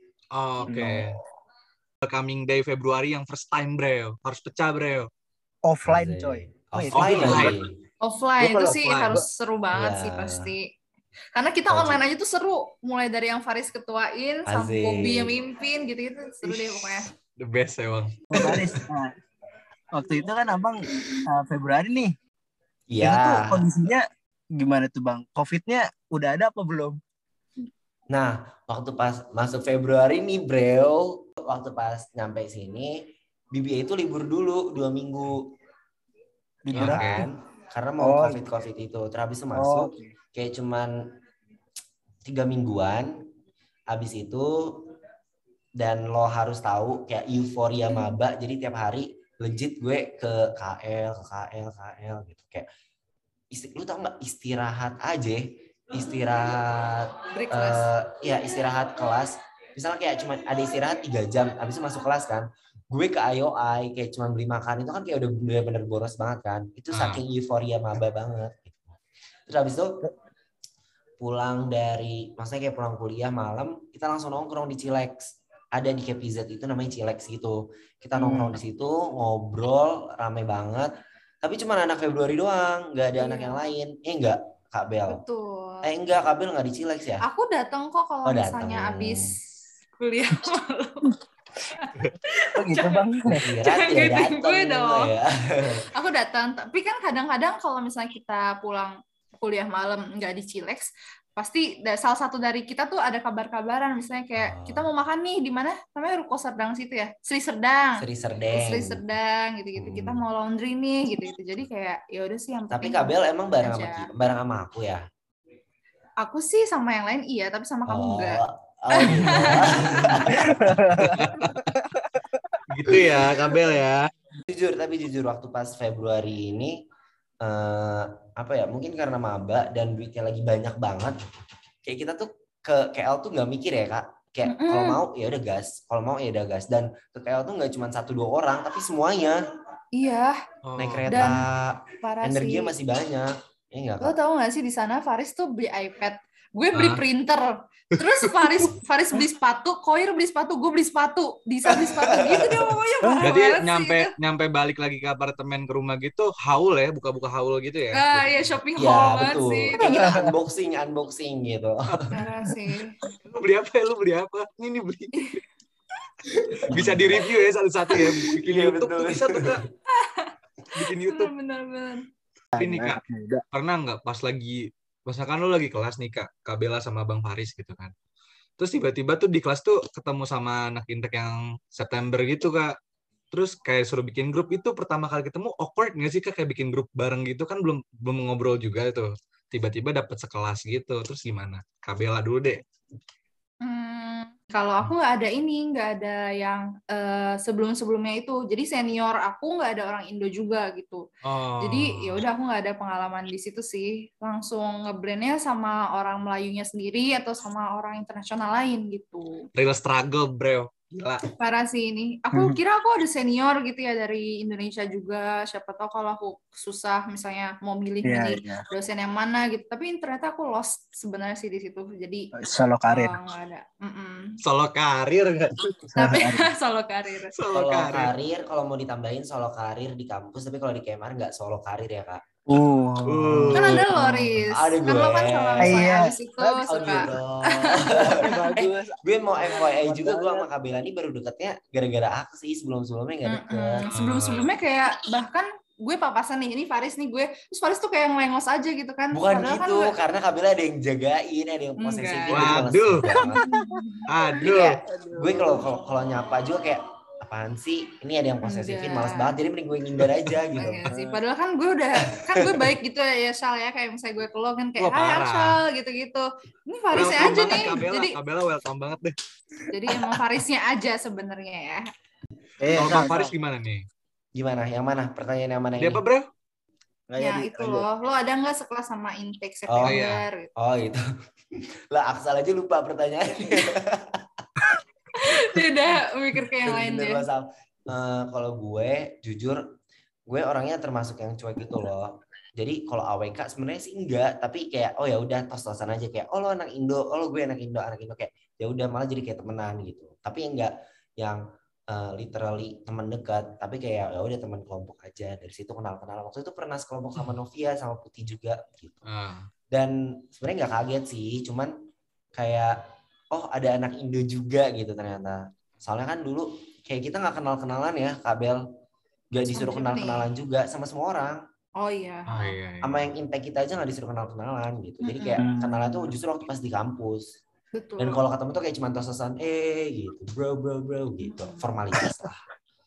Oke. Welcoming day Februari yang first time bro, harus pecah bro. Offline Asik. coy. Oh, itu Offline offline. lagi. Offline Gua itu kalau sih offline, harus seru banget Iya. sih pasti. Karena kita Wajib. online aja tuh seru. Mulai dari yang Faris ketuain, sampai Asik. Bobby yang mimpin gitu-gitu. Seru deh pokoknya. The best emang. Bang Faris, nah, waktu itu kan abang uh, Februari nih. Iya. Itu tuh kondisinya gimana tuh bang? Covid-nya udah ada apa belum? Nah, waktu pas masuk Februari nih, bro, waktu pas nyampe sini, B B A itu libur dulu dua minggu, Libur ya Oke. kan? Karena mau Oh, covid covid itu, terus habis itu Oh, masuk kayak cuman tiga mingguan, habis itu dan lo harus tahu kayak euforia maba, jadi tiap hari legit gue ke K L, ke K L, K L gitu kayak isti, lu tau nggak istirahat aja, istirahat Break kelas. uh, ya istirahat kelas. Misalnya kayak cuma ada istirahat tiga jam, habis itu masuk kelas kan. Gue ke I O I kayak cuma beli makan itu kan kayak udah bener-bener boros banget kan. Itu Ah. saking euforia maba banget. Gitu. Terus habis itu pulang dari, maksudnya kayak pulang kuliah malam, kita langsung nongkrong di Cilex. Ada di K P Z itu namanya Cilex gitu. Kita nongkrong Hmm. di situ, ngobrol, rame banget. Tapi cuma anak Februari doang, nggak ada Iya. anak yang lain. Eh enggak, Kak Bel. Betul. Eh enggak, Kak Bel nggak di Cilex ya? Aku datang kok kalau Oh, misalnya datang. abis kuliah malam. Oh gitu bang. Kira Jangan tidak gituin datang gue dong. ya. Aku datang, tapi kan kadang-kadang kalau misalnya kita pulang kuliah malam nggak di Cilex, pasti da- salah satu dari kita tuh ada kabar-kabaran, misalnya kayak Oh. kita mau makan nih di mana namanya Ruko Serdang situ ya, Sri Serdang. Sri Di Serdang. Sri Serdang gitu-gitu. Kita Hmm. mau laundry nih gitu-gitu. Jadi kayak ya udah sih yang Tapi penting Kak Bel emang bareng sama aja. Ki- bareng sama aku ya. Aku sih sama yang lain iya, tapi sama kamu enggak. Oh, oh gitu. Gitu ya, Kabel ya. Jujur, tapi jujur waktu pas Februari ini eh, apa ya? Mungkin karena maba dan duitnya lagi banyak banget. Kayak kita tuh ke K L tuh nggak mikir ya Kak. Kayak Mm-mm. kalau mau ya udah gas, kalau mau ya udah gas. Dan ke K L tuh nggak cuma satu dua orang, tapi semuanya Iya, Oh. naik kereta. Dan parah Energinya sih. masih banyak. Ya enggak Lo Kak? tau gak sih di sana Faris tuh beli iPad, gue beli Hah? printer, terus Faris Faris beli sepatu, Koir beli sepatu, gue beli sepatu, Disa beli sepatu, gitu dia pokoknya parah Berarti banget sih nyampe itu. nyampe balik lagi ke apartemen ke rumah gitu, haul ya, buka-buka haul gitu ya. Ah ya shopping Ya haul banget betul. sih. Kayak kita unboxing, unboxing gitu. Parah sih. Lu beli apa ya? Lu beli apa? Ini beli. Bisa di-review ya satu-satu ya. Bikin Iya, YouTube betul. tuh bisa tuh, Kak. Bikin YouTube. Bener-bener. Tapi nih, Kak, Anak muda. pernah nggak pas lagi, misalkan lu lagi kelas nih, Kak, Kak Bella sama Bang Faris gitu kan. Terus tiba-tiba tuh di kelas tuh ketemu sama anak Intek yang September gitu, Kak. Terus kayak suruh bikin grup, itu pertama kali ketemu awkward nggak sih, Kak? Kayak bikin grup bareng gitu kan belum belum ngobrol juga tuh. Tiba-tiba dapet sekelas gitu. Terus gimana? Kak Bella dulu deh. Hmm, kalau aku nggak ada ini, nggak ada yang eh, sebelum-sebelumnya itu. Jadi senior aku nggak ada orang Indo juga gitu. Oh. Jadi ya udah aku nggak ada pengalaman di situ sih. Langsung ngeblendnya sama orang Melayunya sendiri atau sama orang internasional lain gitu. Real struggle, bro. Gila. Parah sih ini. Aku kira aku ada senior gitu ya dari Indonesia juga. Siapa tahu kalau aku susah misalnya mau Iya, milih-milih iya. dosen yang mana gitu. Tapi ternyata aku lost sebenarnya sih di situ. Jadi Solo karir. oh, nggak ada. Mm-mm. Solo karir nggak? Tapi solo karir. Solo Solo karir. karir, kalau mau ditambahin solo karir di kampus, tapi kalau di Kemar nggak solo karir ya Kak. Uh. Uh. Kan ada lo, Riz. Ada Kan lo kan gue. kalau misalnya Iya. abis itu Bagus. Oh suka. gitu. Bagus. Gue mau F Y I juga, gue sama Kak Bella ini baru deketnya gara-gara aksi, sebelum-sebelumnya nggak deket. Mm-mm. Sebelum-sebelumnya kayak bahkan gue papasan nih, ini Faris nih gue. Terus Faris tuh kayak ngelengos aja gitu kan. Bukan Padahal gitu, kan gue- karena Kak Bella ada yang jagain, ada yang posesifin. Enggak. jadi males Waduh. banget. Aduh. Kayak, gue kalau kalau kalau nyapa juga kayak apaan sih? Ini ada yang posesifin, Enggak. males banget. Jadi mending gue ngindar aja gitu. Enggak sih. Padahal kan gue udah, kan gue baik gitu ya, Shal ya. Kayak misalnya gue ke lo kan kayak, Wah, hai parah. Shal, gitu-gitu. Ini Farisnya Welcome aja banget, nih. Kak Bella. Jadi, Kak Bella welcome banget deh. jadi emang Farisnya aja sebenarnya ya. Eh, Kalau Kak, Bang Faris gimana nih? Gimana? Yang mana? Pertanyaan yang mana Dia ini? apa, bro? nggak Ya jadi, itu lanjut. loh. Lo ada nggak sekelas sama intake Oh, September? iya. Gitu. Oh gitu. Lah Aksal aja lupa pertanyaannya. Dia udah mikir ke yang lain Bener, deh. Sal. Eh, kalau gue jujur gue orangnya termasuk yang cuek gitu loh. Jadi kalau A W K sebenarnya sih enggak, tapi kayak oh ya udah tos-tosan aja kayak oh lo anak Indo, oh lo gue anak Indo, anak Indo kayak ya udah malah jadi kayak temenan gitu. Tapi enggak yang eh, literally teman dekat, tapi kayak ya udah teman kelompok aja. Dari situ kenal-kenal. Waktu itu pernah sekelompok sama Novia sama Putih juga gitu. Ah. Dan sebenarnya nggak kaget sih, cuman kayak oh ada anak Indo juga gitu ternyata. Soalnya kan dulu kayak kita nggak kenal-kenalan ya, Kak Bel. Nggak disuruh Sama siapa kenal-kenalan juga sama semua orang. Oh iya. Oh iya. iya. Sama yang intake kita aja nggak disuruh kenal-kenalan gitu. Jadi kayak Mm-mm. kenalan tuh justru waktu pas di kampus. Betul. Dan kalau ketemu tuh kayak cuma tos-tosan eh gitu, bro bro bro gitu, formalitas lah.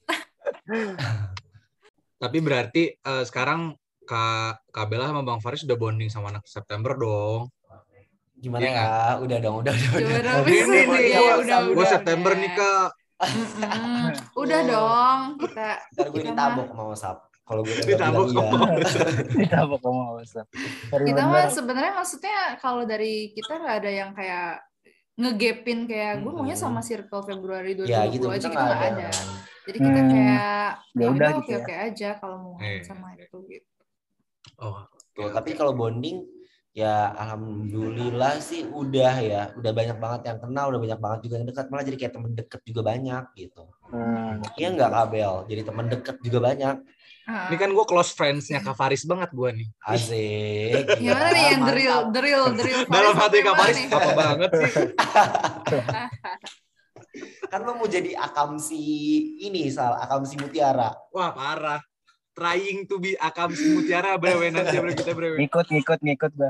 Tapi berarti eh, sekarang Kak, Kak Bella sama Bang Faris udah bonding sama anak September dong. Gimana Iya ya? Udah dong, udah udah. udah. Coba Oh, rapis ini, ini ini, ya, gua- udah Gue udah. September udah. nih, Kak. Mm-mm. Udah dong, kita Ntar gue kita mah ditabok sama WhatsApp. Kalau gue udah Ditabok bilang sama iya. Ditabok sama WhatsApp. Sorry kita bener. mah sebenarnya maksudnya kalau dari kita nggak ada yang kayak ngegepin kayak gue maunya sama Mm-mm. circle Februari Ya dua ribu dua gitu, puluh aja kita gitu nggak nggak ada. ada. kan. Jadi kita Hmm, kayak ya ya udah udah gitu ya. oke-oke aja kalau mau ngomongin Eh. sama itu gitu. Oh, Tuh, oke, tapi oke. kalau bonding ya alhamdulillah sih udah ya, udah banyak banget yang kenal, udah banyak banget juga yang dekat, malah jadi kayak temen deket juga banyak gitu. Hmm, Iya nggak Kabel, jadi temen deket juga banyak. Ini kan gue close friends-nya Kak Faris banget gue nih. Asik. Gimana gila, nih yang drill, mantap. drill, drill Dalam Faris apa hati yang Kak mana Faris nih? apa banget sih? Kan lo mau jadi Akamsi ini, Sal, Akamsi Mutiara. Wah parah. Trying to be Akam si Mutiara brewe nanti brewe kita brewe. ngikut ngikut ngikut bang.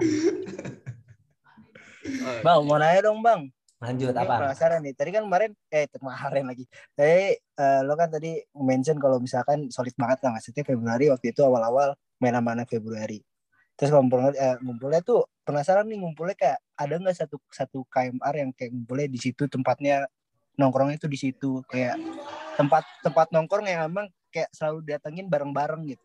Oh, Bang mau nanya dong bang. Lanjut Ini apa? penasaran nih. Tadi kan kemarin eh kemarin lagi. Tadi eh, lo kan tadi mention kalau misalkan solid banget lah maksudnya Februari waktu itu awal-awal main sama anak Februari. Terus ngumpulnya eh, ngumpulnya tuh penasaran nih ngumpulnya kayak ada nggak satu satu K M R yang kayak ngumpulnya di situ tempatnya nongkrongnya tuh di situ kayak tempat tempat nongkrong yang emang kayak selalu datengin bareng-bareng gitu.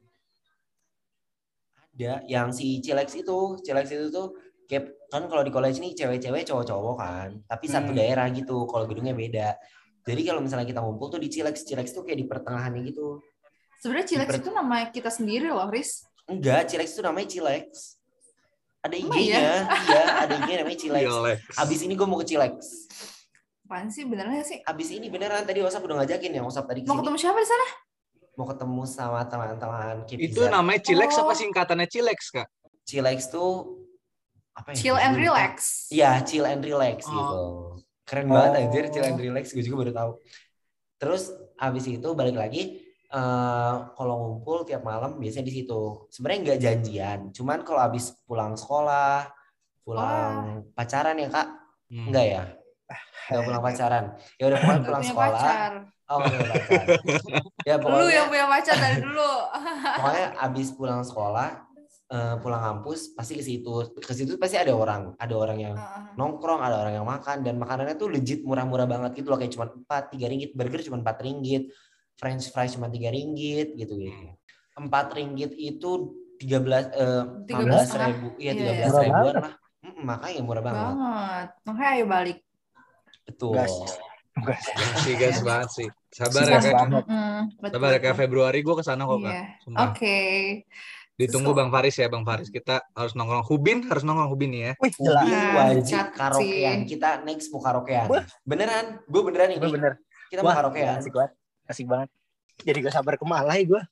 Ada yang si Cilex itu, Cilex itu tuh kayak kan kalau di college nih cewek-cewek cowok-cowok kan, tapi satu Hmm. daerah gitu. Kalau gedungnya beda. Jadi kalau misalnya kita ngumpul tuh di Cilex, Cilex tuh kayak di pertengahannya gitu. Sebenarnya Cilex Diper- itu nama kita sendiri loh, Riz. Enggak, Cilex itu namanya Cilex. Ada Emang I G-nya, iya, ada I G-nya namanya Cilex. Cilex. Abis ini gue mau ke Cilex. Apaan sih, beneran nggak sih? Abis ini beneran tadi WhatsApp udah ngajakin ya, WhatsApp tadi Mau kesini. ketemu siapa di sana? Mau ketemu sama teman-teman K P Z. Itu namanya Cilex Oh. apa singkatannya Cilex Kak? Cilex tuh apa ya? Chill Gue and lupa. relax. Iya, chill and relax Oh. gitu. Keren Oh. banget anjir, chill and relax. Gue juga baru tahu. Terus habis itu balik lagi eh, kalau ngumpul tiap malam biasanya di situ. Sebenarnya nggak janjian, cuman kalau habis pulang sekolah, pulang pacaran ya Kak? Hmm. Enggak ya? Enggak pulang pacaran. Ya udah pokoknya Nggak pulang punya sekolah. pacar. Oh, nggak punya pacar. Ya Lu pokoknya yang punya pacar dari dulu. pokoknya habis pulang sekolah, eh, pulang kampus pasti ke situ. Ke situ pasti ada orang, ada orang yang nongkrong, ada orang yang makan, dan makanannya tuh legit murah-murah banget gitu loh, kayak cuma empat, tiga ringgit, burger cuma empat ringgit, french fries cuma tiga ringgit gitu gitu. empat ringgit itu tiga belas eh lima belas ribu, iya Iya, tiga iya. belas Murah ribuan banget. lah. Mm, makanya murah banget. Banget. Makanya ayo balik. Betul. Gas. Gas. Gas sih, gas banget sih. Sabar Gas ya Kak. banget. Mm-mm, betul, Sabar ya Kak, betul. Februari gue kesana kok Kak. Iya. Sumpah. Oke. Ditunggu Sesu- Bang Faris ya Bang Faris. Kita harus nongkrong. Hubin harus nongkrong Hubin nih ya. Wih jelas. Ubin Nah, wajib dicatat karaokean. sih. Kita next mau karaokean. Wah. Beneran, gue beneran ini. Gue bener. Kita mau Wah karaokean. asik banget. Asik banget. Jadi gue sabar ke Malai gue.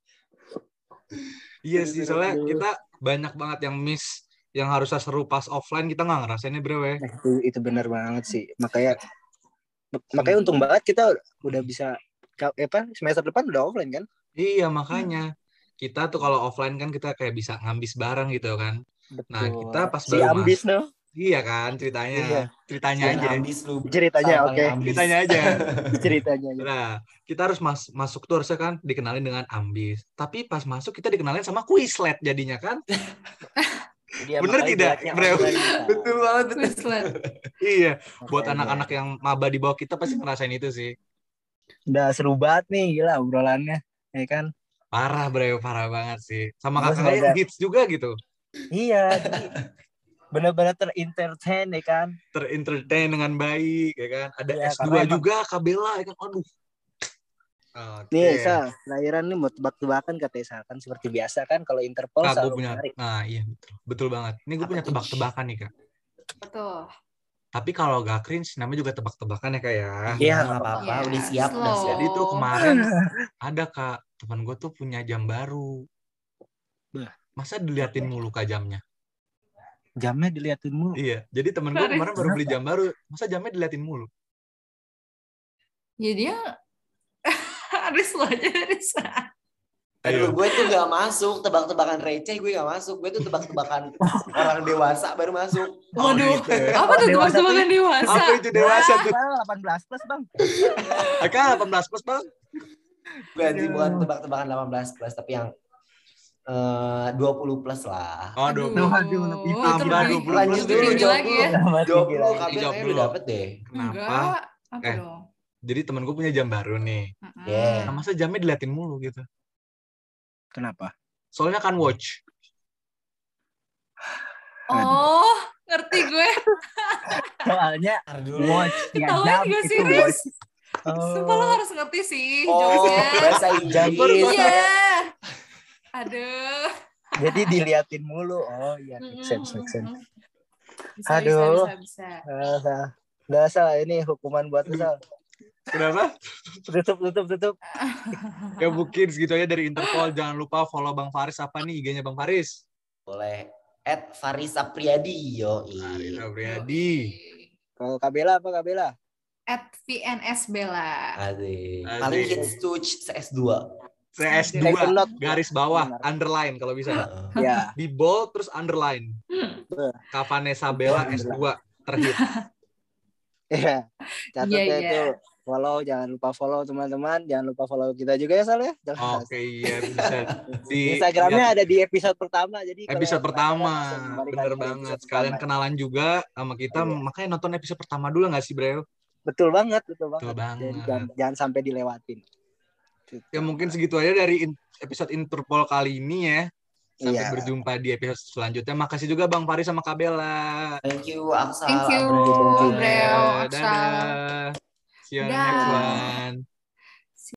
Iya sih, soalnya kita banyak banget yang miss, yang harusnya seru pas offline kita nggak ngerasainnya bro ya. Nah, itu itu benar banget sih. Makanya makanya untung banget kita udah bisa ka- apa semester depan udah offline kan? Iya makanya kita tuh kalau offline kan kita kayak bisa ngambis bareng gitu kan. Betul. Nah kita pas si baru ambis masuk, no. iya kan ceritanya, Iya. ceritanya Yang aja, ambis lu. Ceritanya Sal oke. paling ambis. ceritanya aja. Ceritanya aja. Nah kita harus mas masuk tuh harusnya kan dikenalin dengan ambis. Tapi pas masuk kita dikenalin sama Quizlet jadinya kan. Jadi ya, Bener makanya tidak, jeleknya bro? online kita. Betul banget. betul. Quizlet. Iya, buat Makanya. anak-anak yang maba di bawah kita pasti ngerasain itu sih. Udah seru banget nih gila obrolannya, ya kan? Parah bro, parah banget sih. Sama Terus kakaknya semoga- hits juga gitu. Iya, jadi benar-benar terentertain ya kan? Terentertain dengan baik ya kan. Ada Iya, S dua karena emang- juga Kabela ya kan. Aduh. Oke. Nih, Sal, lahiran nih mau tebak-tebakan katanya Sal kan seperti biasa kan kalau Interpol Kak, gue selalu punya, menarik. nah iya betul, betul banget. Ini gue Apa punya tuh? tebak-tebakan nih kak. Betul. Tapi kalau gak cringe, namanya juga tebak-tebakan ya kak ya. Iya, Iya, nggak apa-apa. Iya, Udah siap, udah slow. siap. Jadi tuh kemarin ada kak, teman gue tuh punya jam baru. Bah. Masa diliatin mulu kak jamnya? Jamnya diliatin mulu. Iya, jadi temen gue Faris. kemarin baru beli jam baru. Masa jamnya diliatin mulu? Ya dia Riz lo aja Riz. Aduh, Ayo. gue tuh gak masuk tebak-tebakan receh, gue gak masuk. Gue tuh tebak-tebakan orang dewasa baru masuk. Oh, Waduh, gitu ya. apa tuh Dewasa tebak-tebakan dewasa? Apa itu dewasa tuh? Nah, delapan belas plus bang. Kak, delapan belas plus bang. Gue anjing bukan tebak-tebakan delapan belas plus, tapi yang eh, dua puluh plus lah. Oh, dua Aduh, puluh. aduh, lebih itu tambah lebih- dua puluh Lanjut plus dulu, lebih jawab lagi dulu. ya. Tambah Jawab tinggi dulu, lagi. kabel Jawab kayaknya dulu. udah dapet deh. Kenapa? Enggak, apa Eh. dong? Jadi temen gue punya jam baru nih. Mm-mm. Yeah. Nah, masa jamnya diliatin mulu gitu. Kenapa? Soalnya kan watch. Oh, ngerti gue. Soalnya Ntar dulu. watch ya Ketahuan jam juga itu serius. watch. Sumpah lo Oh, harus ngerti sih Oh, jokesnya. bahasa Inggris. Iya. Aduh. jadi diliatin mulu. Oh iya, make sense, make sense. Bisa, Aduh. bisa, bisa, bisa. Uh, udah Sal, ini hukuman buat lu Sal. Kenapa? Tutup, tutup, tutup. Ya mungkin segitu aja dari Interpol. Jangan lupa follow Bang Faris. Apa nih I G-nya Bang Faris? Boleh. At Faris Apriyadi. Yo. Faris Apriyadi. Kalau Kabela apa Kabela? At V N S Bella. Asik. Asik. Paling hits tuh C S dua. C S Take a dua. note. Garis bawah. Benar. Underline kalau bisa. Ya. Di bold terus underline. Betul. Vanessa Bella S dua. Terhit. Iya. Catat Iya, ya iya. itu. Follow, jangan lupa follow teman-teman. Jangan lupa follow kita juga ya Sal ya. Jelas. Oke, iya bisa. Di Instagramnya lihat ada di episode pertama. Jadi kalau episode pertama. langsung balik Bener lagi ke banget. episode Sekalian pertama. kenalan juga sama kita. Iya. Makanya nonton episode pertama dulu nggak sih, Bro? Betul banget, betul banget. Betul banget. Jadi jangan, jangan sampai dilewatin. Gitu. Ya mungkin segitu aja dari in- episode Interpol kali ini ya. Sampai Iya. berjumpa di episode selanjutnya. Makasih juga Bang Faris sama Kak Bella. Thank you, Aksal. Thank you, Abreu. Abreu, Eh, Aksal. Dadah. See you on the Dah. next one.